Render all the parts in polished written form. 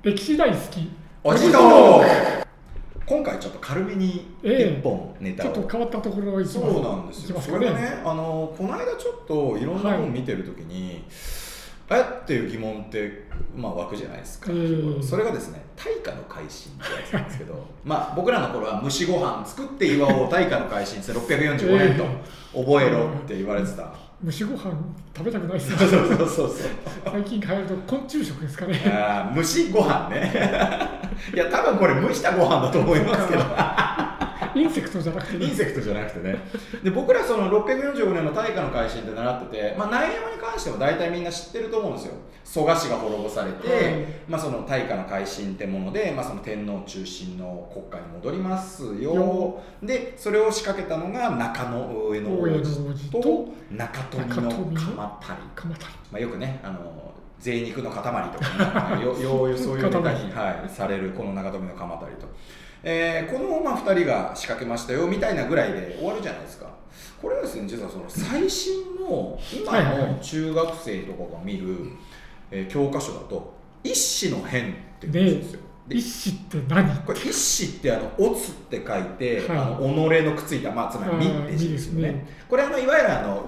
歴史大好きおじとー今回ちょっと軽めに一本ネタを、 ちょっと変わったところにそうなんですよ。それがね、この間ちょっといろんな本見てるときに、っていう疑問って、湧くじゃないですか。それがですね、大化の改新ってやつなんですけど僕らの頃は蒸しご飯作って祝おう大化の改新って645年と覚えろって言われてた。 蒸しご飯食べたくないですね。 そう最近流行ると昆虫食ですかね。 蒸しご飯ねいや多分これ蒸したご飯だと思いますけどインセクトじゃなくてね。 インセクトじゃなくてね。で僕らその645年の大化の改新って習ってて、内容に関しても大体みんな知ってると思うんですよ。蘇我氏が滅ぼされて、その大化の改新ってもので、その天皇中心の国家に戻りますよ。でそれを仕掛けたのが中野上野王子と中富の鎌足。よくね贅肉の塊とか、そういうネタに、されるこの中富の鎌足と。この2人が仕掛けましたよみたいなぐらいで終わるじゃないですか。これはですね、実はその最新の今の中学生とかが見る、教科書だと一子の変って言うんですよ。 一子って何？ これ一子っておつって書いて、己のくっついた、つまりみって字ですよね。これいわゆる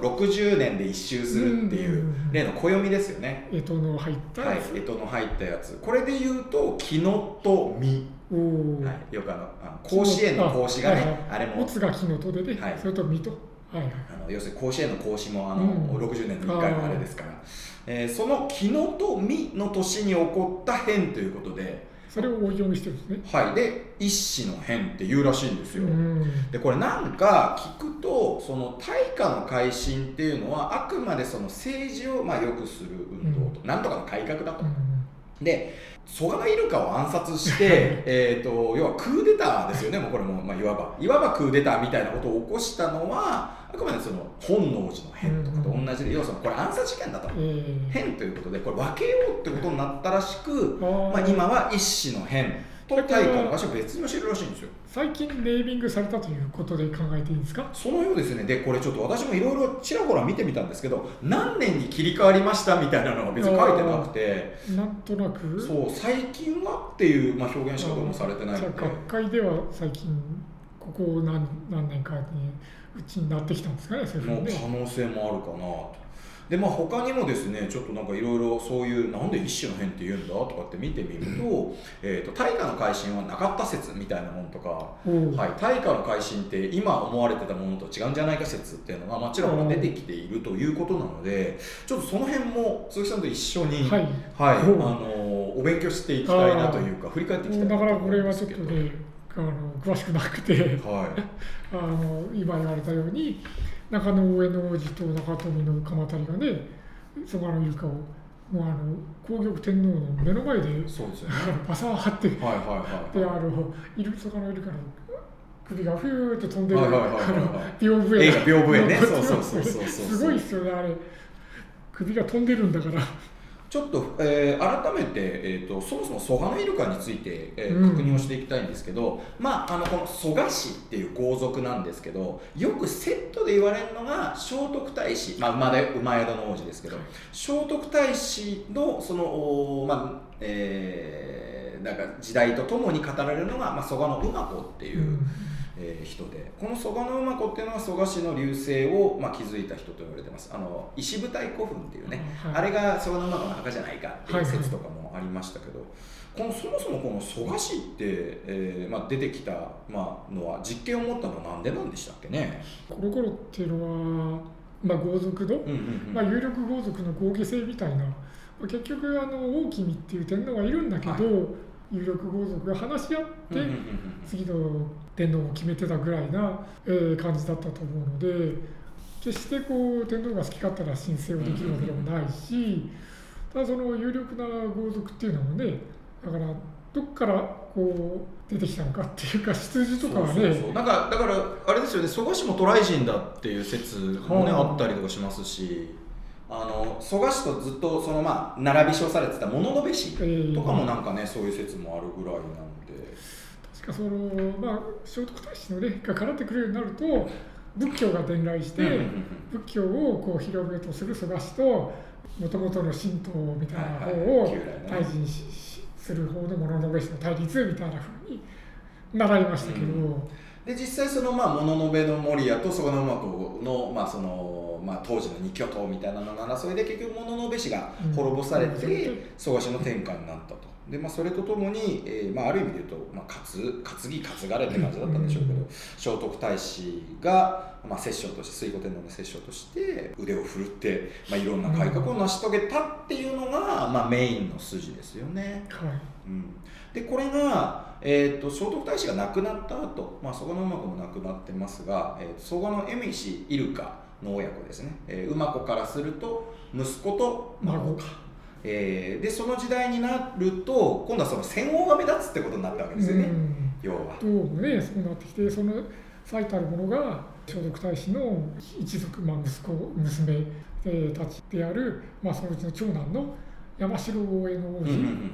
60年で一周するっていう例の暦ですよね。 干支の入ったやつ。 干支の入ったやつ。これで言うと木のと実。よく甲子園の甲子がね、あれも。 おつが木のとでで、それと実と。 要するに甲子園の甲子も60年の1回のあれですから、その木のと実の年に起こった変ということで、 それを応用にしてるんですね。で一子の変っていうらしいんですよ。でこれなんか聞くと、その大化の改新っていうのはあくまでその政治を良くする運動と、なんとかの改革だと。で蘇我のイルカを暗殺して要はクーデターですよね。もうこれもいわばクーデターみたいなことを起こしたのはあくまでその本能寺の変とかと同じで、要するにこれ暗殺事件だと、変ということでこれ分けようってことになったらしく、今は一子の変と大化の場所を別にしてるらしいんですよ。 最近ネーミングされたということで考えていいんですか？ そのようですね。でこれちょっと私もいろいろちらほら見てみたんですけど、何年に切り替わりましたみたいなのが別に書いてなくて、 なんとなくそう最近はっていう、表現し方もされてないので、 学会では最近ここ何年かにうちになってきたんですかね。そういう可能性もあるかなと。で他にもですね、ちょっとなんかいろいろそういうなんで一子の変って言うんだとかって見てみると、大化の改新はなかった説みたいなものとか、大化の改新って今思われてたものと違うんじゃないか説っていうのがちらほら出てきているということなので、ちょっとその辺も鈴木さんと一緒に、お勉強していきたいなというか振り返っていきたいなとだ思いますけど。 からこれはちょっとね詳しくなくて、今言われたように中野上野王子と中富の鎌足がね、蘇我のイルカをもう皇玉天皇の目の前でバサーってで蘇我のイルカの首がふーっと飛んでる屏風絵。 屏風絵ね。 すごいっすよね、あれ。首が飛んでるんだから。 ちょっと、改めて、そもそも蘇我のイルカについて、確認をしていきたいんですけど、この蘇我氏っていう豪族なんですけど、よくセットで言われるのが聖徳太子、馬宿の王子ですけど、聖徳太子のそのなんか時代とともに語られるのが、蘇我の馬子っていう。人で、この蘇我の馬子っていうのは蘇我氏の隆盛を築いた人と言われてます。石舞台古墳っていうね、あれが蘇我の馬子の墓じゃないかっていう説とかもありましたけど、そもそもこの蘇我氏って、出てきた、のは実権を持ったのはなんでなんでしたっけね。 この頃っていうのは、豪族の、有力豪族の合議制みたいな、結局大君っていう天皇がいるんだけど、有力豪族が話し合って次の天皇を決めてたぐらいな感じだったと思うので、決して天皇が好き勝手な申請をできるわけでもないし、ただその有力な豪族っていうのもね、だからどっから出てきたのかっていうか、出自とかはね、 だからあれですよね、蘇我氏も渡来人だっていう説もね、あったりとかしますし。蘇我氏とずっとその並び称されてた物部氏とかもなんかね、そういう説もあるぐらいなので、 確かその聖徳太子のねが絡んでくるようになると、仏教が伝来して仏教を広めようとする蘇我氏と、もともとの神道みたいな方を退陣すする方の物部氏の対立みたいな風に習いましたけど、 で実際その物部の守屋と曽我馬子の、当時の二巨頭みたいなのの争いで結局物部氏が滅ぼされて、曽我氏の天下になったと。でそれとともに、ある意味で言うと、担がれって感じだったんでしょうけど、聖徳太子が、摂政として推古天皇の摂政として腕を振るって、いろんな改革を成し遂げたっていうのが、メインの筋ですよね。でこれが、聖徳太子が亡くなった後、曽我馬子も亡くなってますが、曽我の蝦夷入鹿の親子ですね、馬子からすると息子と孫か。でその時代になると今度はその戦王が目立つってことになったわけですよね、要は。 どうもね、そうなってきて、その最たるものが聖徳太子の一族、息子娘たちである、そのうちの長男の山城大江の王子、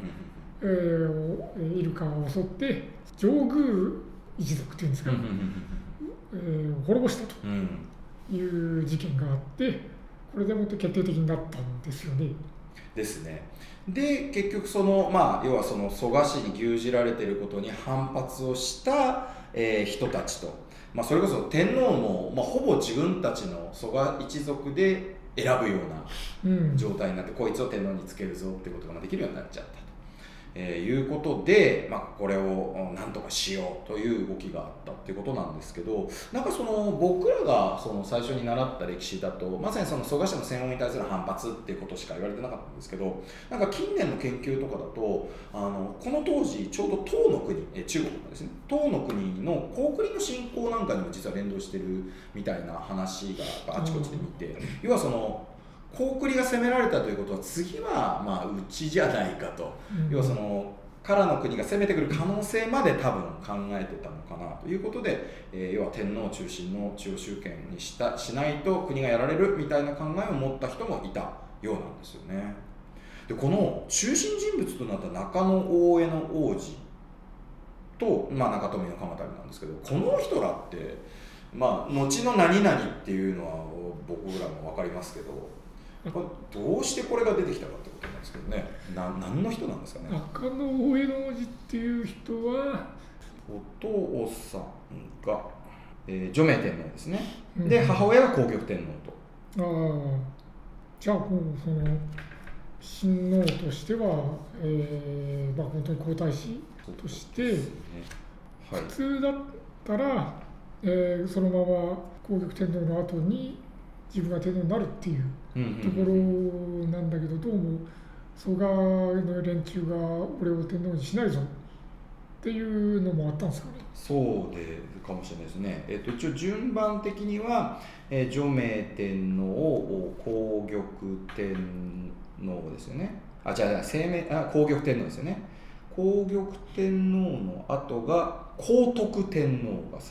イルカを襲って上宮一族っていうんですか、滅ぼしたという事件があって、これでもって決定的になったんですよね。 ですね。で結局その、要はその蘇我氏に牛耳られていることに反発をした、人たちと、それこそ天皇も、ほぼ自分たちの蘇我一族で選ぶような状態になって、こいつを天皇につけるぞっていうことができるようになっちゃったと。いうことで、これをなんとかしようという動きがあったっていうことなんですけど、なんかその僕らがその最初に習った歴史だとまさにその蘇我氏の戦王に対する反発っていうことしか言われてなかったんですけど、なんか近年の研究とかだとこの当時ちょうど唐の国、中国のですね、唐の国の高句麗の侵攻なんかにも実は連動してるみたいな話があちこちで見て、要はその高句麗が攻められたということは次はうちじゃないかと、要はその唐の国が攻めてくる可能性まで多分考えてたのかなということで、要は天皇中心の中央集権にしないと国がやられるみたいな考えを持った人もいたようなんですよね。でこの中心人物となった中野大江の王子と、中富の鎌足なんですけど、この人らって後の何々っていうのは僕らも分かりますけど、どうしてこれが出てきたかってことなんですけどね。何の人なんですかね。 中野大江の王子っていう人はお父さんが、除名天皇ですね、で母親が皇極天皇と。じゃあもうその親王としては、本当に皇太子として、普通だったら、そのまま皇極天皇の後に自分が天皇になるっていうところなんだけど、どうも蘇我の連中が俺を天皇にしないぞっていうのもあったんですかね。 そうでかもしれないですね。一応順番的には、除名天皇、皇極天皇ですよね。皇極天皇ですよね。皇極天皇の後が皇徳天皇が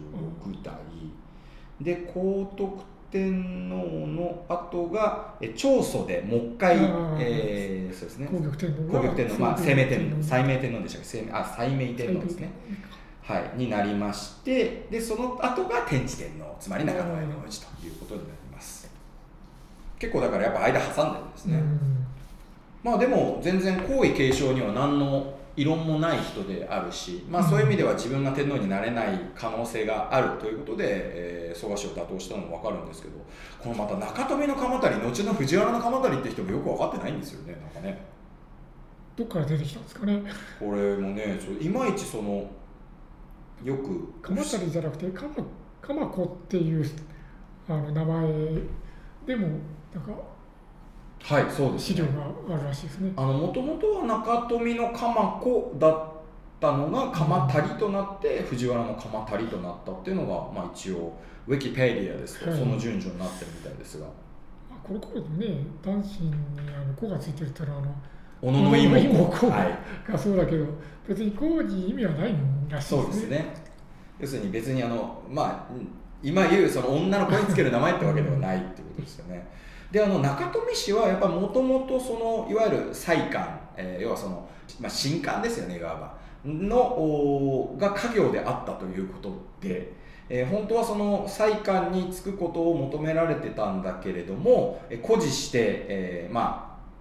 36代、で皇徳天皇の後が長祖でもう一回、そうですね、 皇極天皇、 斉明天皇、斉明天皇でしたっけ、斉明天皇ですね、になりまして、でその後が天智天皇、つまり中野大江の王子ということになります。結構だからやっぱ間挟んでるんですね。でも全然皇位継承には何の異論もない人であるし、そういう意味では自分が天皇になれない可能性があるということで、蘇我氏を打倒したのも分かるんですけど、このまた中富の鎌足、後の藤原の鎌足って人もよく分かってないんですよね。なんかね、 どっから出てきたんですかね。 これもね、いまいちそのよく鎌足じゃなくて鎌子っていう名前でもなんかそうですね、 資料があるらしいですね。 もともとは中富の鎌子だったのが鎌足となって藤原の鎌足となったっていうのが、一応ウィキペディアですとその順序になってるみたいですが、 これでね、男子に子がついてるってのは小野の妹がそうだけど、別に子に意味はないらしいですね。 そうですね。要するに別に今言うその女の子につける名前ってわけではないってことですよね。で中富氏はやっぱもともとそのいわゆる宰官、要はその、神官ですよね、いわばが家業であったということで、本当はその宰官に就くことを求められてたんだけれども、誇示して、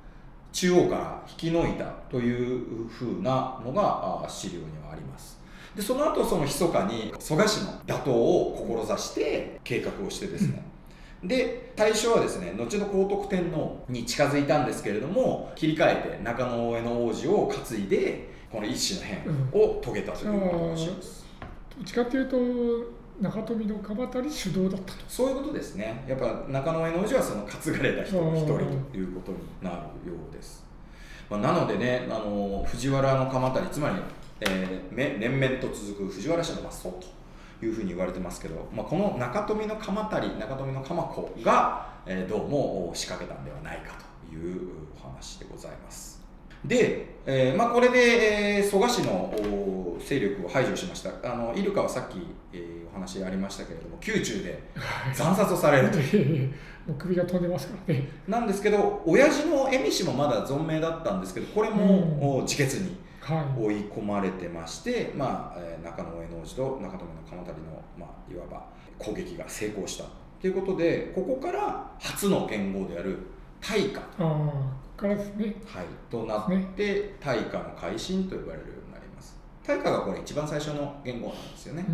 中央から引き抜いたというふうなのが資料にはあります。でその後その密かに蘇我氏の打倒を志して計画をしてですね、で大正はですね後の皇徳天皇に近づいたんですけれども、切り替えて中野上の王子を担いでこの一子の変を遂げたということらしいです。 どっちかというと中富の鎌足主導だったと。 そういうことですね。やっぱ中野上の王子はその担がれた人の一人ということになるようです。なのでね、藤原の鎌足、つまり、連綿と続く藤原氏の末裔というふうに言われてますけど、この中富の鎌足、中富の鎌子が、どうも仕掛けたんではないかというお話でございます。で、これで、蘇我氏の勢力を排除しました。イルカはさっき、お話ありましたけれども、宮中で惨殺をされるというもう首が飛んでますからね。 なんですけど、親父の蝦夷もまだ存命だったんですけど、これも自決に追い込まれてまして、中野上の王子と中富の鎌足の、いわば攻撃が成功したということで、ここから初の元号である大化からですね、 となって大化の改新と呼ばれるようになります。大化がこれ一番最初の元号なんですよね。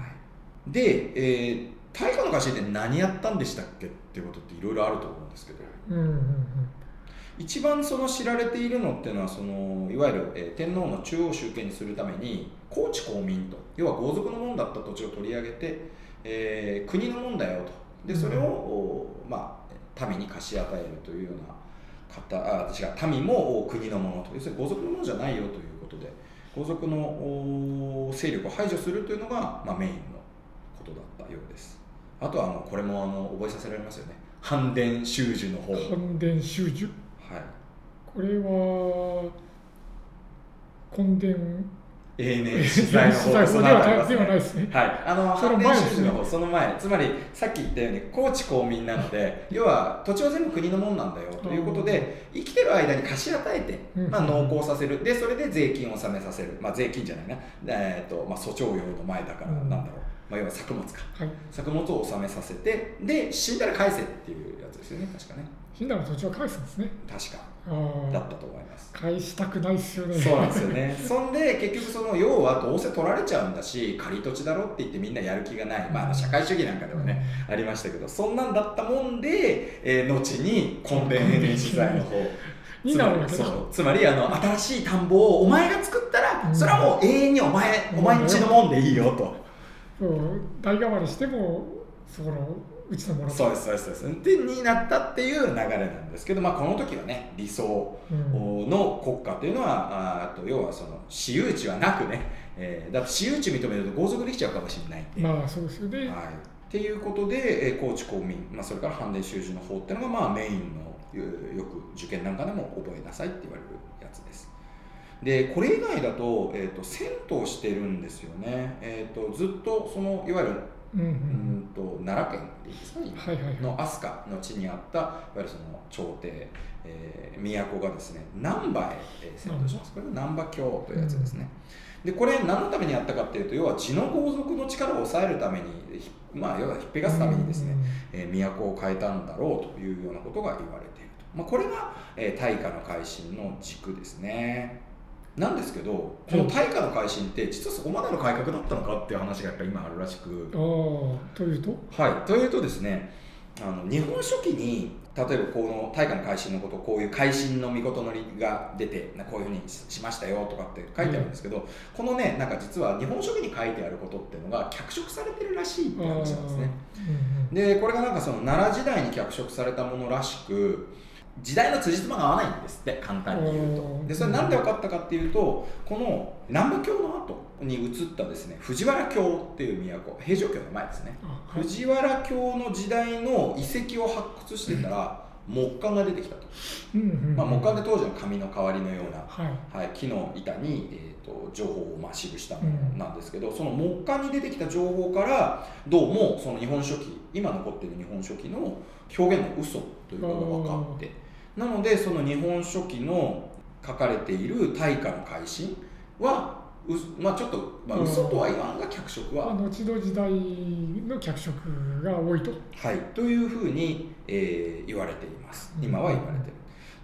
で、大化の改新って何やったんでしたっけっていうことっていろいろあると思うんですけど、一番その知られているのっていうのはそのいわゆる、天皇の中央集権にするために公地公民と、要は豪族のものだった土地を取り上げて、国のもんだよと。でそれを、民に貸し与えるというような民も国のものと、要するに豪族のものじゃないよということで、豪族の勢力を排除するというのが、メインのことだったようです。あとはこれも覚えさせられますよね。反伝習樹の方。 反伝習樹。これは根伝永年取材の方ではないですね。 反伝習樹の方、その前、つまりさっき言ったように公地公民なので、要は土地は全部国のもんなんだよということで、生きてる間に貸し与えて、農耕させる。でそれで税金を納めさせる。税金じゃないな。訴訟用の前だからなんだろう。要は作物か、作物を納めさせて、で死んだら返せっていうやつですよね、確かね。 死んだら土地を返すんですね。 確かだったと思います。 返したくないですよね。 そうなんですよね。そんで結局その要はどうせ取られちゃうんだし、仮土地だろって言ってみんなやる気がない、社会主義なんかでもね、ありましたけど、そんなんだったもんで、後に根伝永年取材の方つまり新しい田んぼをお前が作ったら、それはもう永遠にお前んちのもんでいいよと。 代替わりしてもそこのうちのものそうですでになったっていう流れなんですけど、この時はね理想の国家というのは、要はその私有地はなくね、だって私有地認めると豪族できちゃうかもしれないっていう。 そうですよね。 っていうことで、公地公民、それから反伝習樹の方っていうのがメインのよく受験なんかでも覚えなさいって言われるやつです。でこれ以外だと、遷都してるんですよね。ずっとそのいわゆる奈良県でいいですか、の飛鳥の地にあったいわゆるその朝廷、都がですね難波へ遷都します。これが難波郷というやつですね。でこれ何のためにやったかっていうと、要は地の豪族の力を抑えるために、要はひっぺがすためにですね、都を変えたんだろうというようなことが言われていると。これが、大化の改新の軸ですね。なんですけど、この大化の改新って実はそこまでの改革だったのかっていう話がやっぱり今あるらしく。 というとですね、日本書紀に例えばこの大化の改新のことをこういう改新の御事のりが出てこういうふうにしましたよとかって書いてあるんですけど、このね実は日本書紀に書いてあることっていうのが脚色されてるらしいって話なんですね。でこれがその奈良時代に脚色されたものらしく、時代の辻褄が合わないんですって、簡単に言うと。でそれなんで分かったかっていうと、この南部教の後に移ったですね藤原京っていう都、平城京の前ですね、藤原京の時代の遺跡を発掘してたら木簡が出てきたと。木簡って当時の紙の代わりのような、木の板に、情報を記したものなんですけど、その木簡に出てきた情報からどうもその日本書紀、今残っている日本書紀の表現の嘘ということが分かって、なのでその日本書紀の書かれている大化の改新はちょっと、嘘とは言わんが脚色は、 後の時代の脚色が多いと、 というふうに、言われています。今は言われている。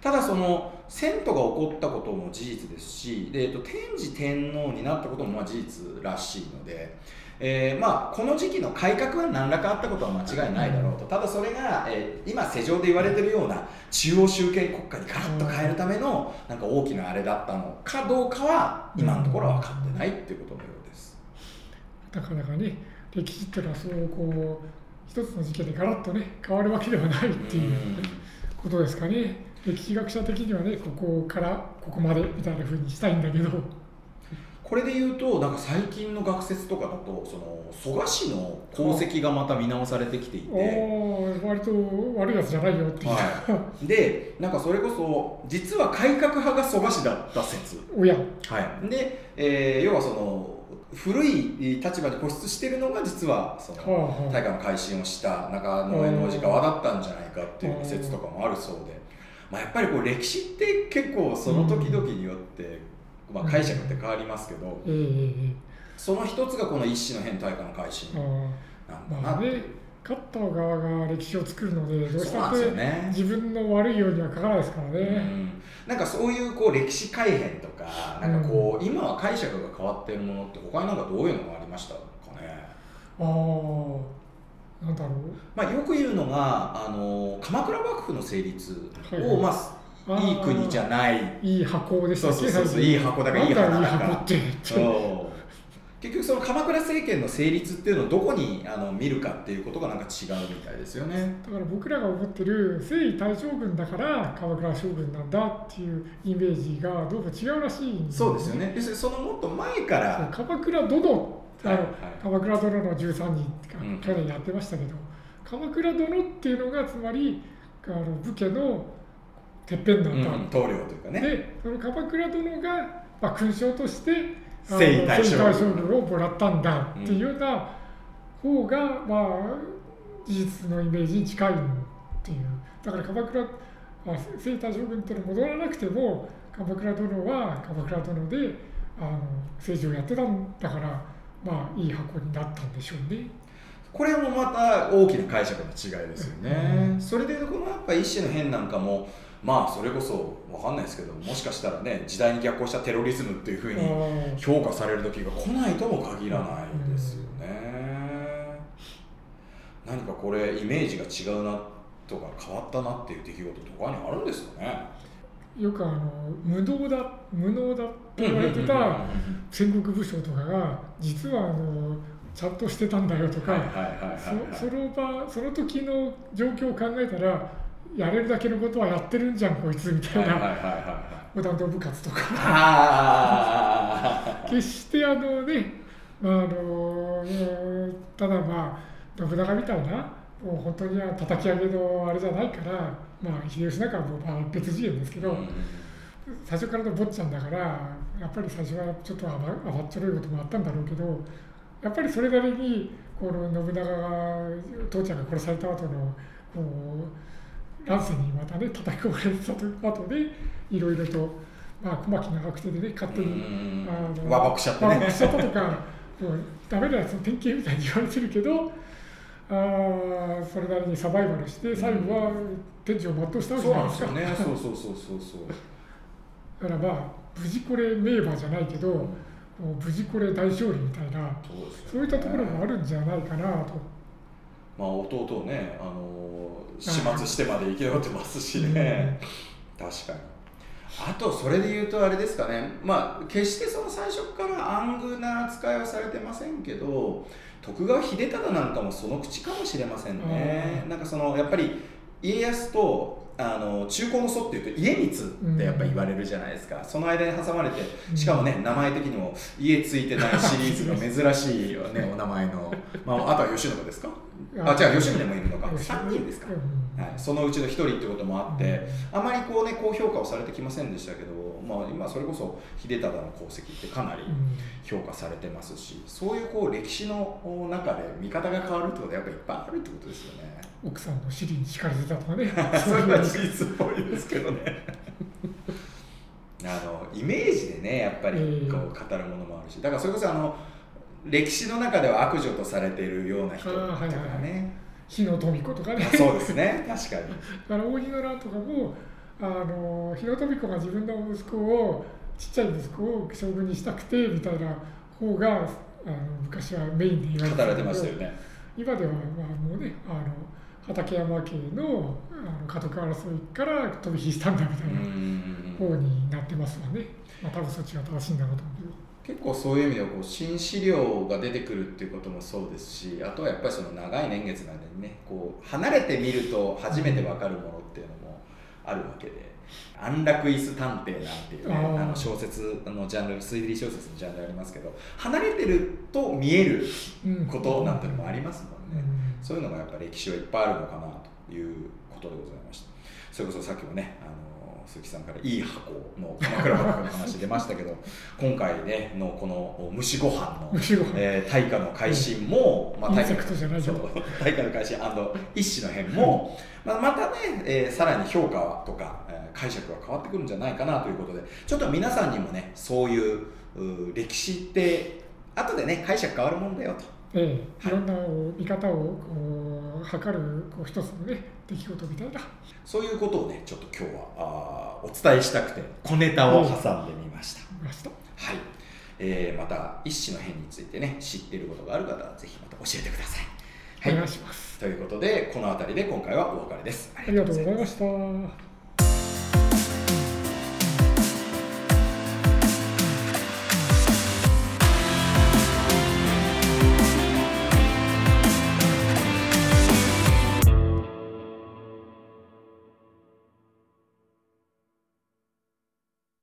ただその遷都が起こったことも事実ですし、天智天皇になったことも事実らしいので、この時期の改革は何らかあったことは間違いないだろうと。ただそれが、今世情で言われているような中央集権国家にガラッと変えるためのなんか大きなあれだったのかどうかは今のところは分かってないっていうことのようです。 なかなかね、歴史っていうのはそうこう一つの事件でガラッとね変わるわけではないっていうことですかね。歴史学者的にはね、ここからここまでみたいな風にしたいんだけど、 これで言うとなんか最近の学説とかだとその蘇我氏の功績がまた見直されてきていて、 割と悪いやつじゃないよっていう、 はい、でなんかそれこそ実は改革派が蘇我氏だった説、はい、で、要はその古い立場で固執しているのが実はその大化の改新をした中野の王子側だったんじゃないかっていう説とかもあるそうで、やっぱりこう歴史って結構その時々によって、解釈って変わりますけど、その一つがこの一子の変大化の改新なんだなって。 勝った側が歴史を作るのでどうしたって自分の悪いようには書かないですからね。 なんかそういうこう歴史改変とか、なんかこう今は解釈が変わっているものって他になんかどういうのがありましたかね。 なんだろう。 よく言うのが鎌倉幕府の成立を、いい国じゃない、 いい箱ですね。 そういい箱だからいい花だから。結局その鎌倉政権の成立っていうのをどこに見るかっていうことがなんか違うみたいですよね。 だから僕らが思ってる征夷大将軍だから鎌倉将軍なんだっていうイメージがどうも違うらしいんですよね。そうですよね。要するにそのもっと前から鎌倉殿、鎌倉殿の13人が去年やってましたけど、鎌倉殿っていうのがつまり武家のてっぺんなんだ、 棟梁というかね。 でその鎌倉殿が、勲章として征夷大将軍をもらったんだっていうような方が、事実のイメージに近いっていう。だから鎌倉征夷大将軍っていうの戻らなくても鎌倉殿は鎌倉殿で政治をやってたんだから、いい箱になったんでしょうね。 これもまた大きな解釈の違いですよね。それでこのやっぱ一子の変なんかもそれこそ分かんないですけど、もしかしたらね時代に逆行したテロリズムっていうふうに評価される時が来ないとも限らないですよね。何かこれイメージが違うなとか変わったなっていう出来事とかにあるんですかね。 よく無能だって言われてた戦国武将とかが実はちゃんとしてたんだよとか、その時の状況を考えたらやれるだけのことはやってるんじゃんこいつみたいな織田信雄とか決してただ信長みたいなもう本当に叩き上げのあれじゃないから、秀吉なんかはもう別次元ですけど、最初からの坊ちゃんだからやっぱり最初はちょっと甘っちょろいこともあったんだろうけど、やっぱりそれなりにこの信長が父ちゃんが殺された後の乱世にまたね叩き込まれた後でいろいろと小牧長久手でね勝手に和睦しちゃったとかもうダメなやつの典型みたいに言われてるけど、それなりにサバイバルして最後は天寿を全うしたわけじゃないですか。 そうなんですよね。 だから無事これ名馬じゃないけど無事これ大勝利みたいなそういったところもあるんじゃないかなと。 弟をね始末してまで生き残ってますしね、確かに。あとそれで言うとあれですかね、決してその最初から暗愚な扱いはされてませんけど、徳川秀忠なんかもその口かもしれませんね。なんかやっぱり家康と中興の祖っていうと家光ってやっぱ言われるじゃないですか。その間に挟まれて、しかもね名前的にも家ついてないシリーズが珍しいよねお名前の、あとは慶喜ですか。じゃあ吉宗もいるのか、3人ですか、そのうちの1人ってこともあって、あまり高評価をされてきませんでしたけど、今それこそ秀忠の功績ってかなり評価されてますし、そういう歴史の中で見方が変わるってことはやっぱりいっぱいあるってことですよね。 奥さんの尻に敷かれてたとかねそれは事実っぽいですけどねイメージでねやっぱり語るものもあるし、だからそれこそ歴史の中では悪女とされているような人とかね、 日野富子とかねそうですね、確かに。 だから大井の乱とかも日野富子が自分の息子をちっちゃい息子を将軍にしたくてみたいな方が昔はメインで言われてましたよね。 今ではもうね畠山家の家督争いから飛び火したんだみたいな方になってますわね。多分そっちが正しいんだろうと思うけど。 結構そういう意味では新資料が出てくるっていうこともそうですし、あとはやっぱりその長い年月の間にね離れてみると初めて分かるものっていうのもあるわけで、安楽椅子探偵なんていうね小説のジャンル、推理小説のジャンルありますけど、離れてると見えることなんていうのもありますもんね。そういうのがやっぱり歴史はいっぱいあるのかなということでございました。それこそさっきもね鈴木さんからいい箱の鎌倉幕府の話出ましたけど今回ねのこの虫ご飯の大化の改新も、大化の改新一種の変も、またね、さらに評価とか、解釈が変わってくるんじゃないかなということで、ちょっと皆さんにもねそういう歴史って後でね解釈変わるもんだよと。 いろんな見方を測る一つのね出来事みたいな、 そういうことをねちょっと今日はお伝えしたくて小ネタを挟んでみました。はい、また一種の変についてね知っていることがある方はぜひまた教えてください。 お願いします。 ということでこの辺りで今回はお別れです。 ありがとうございました。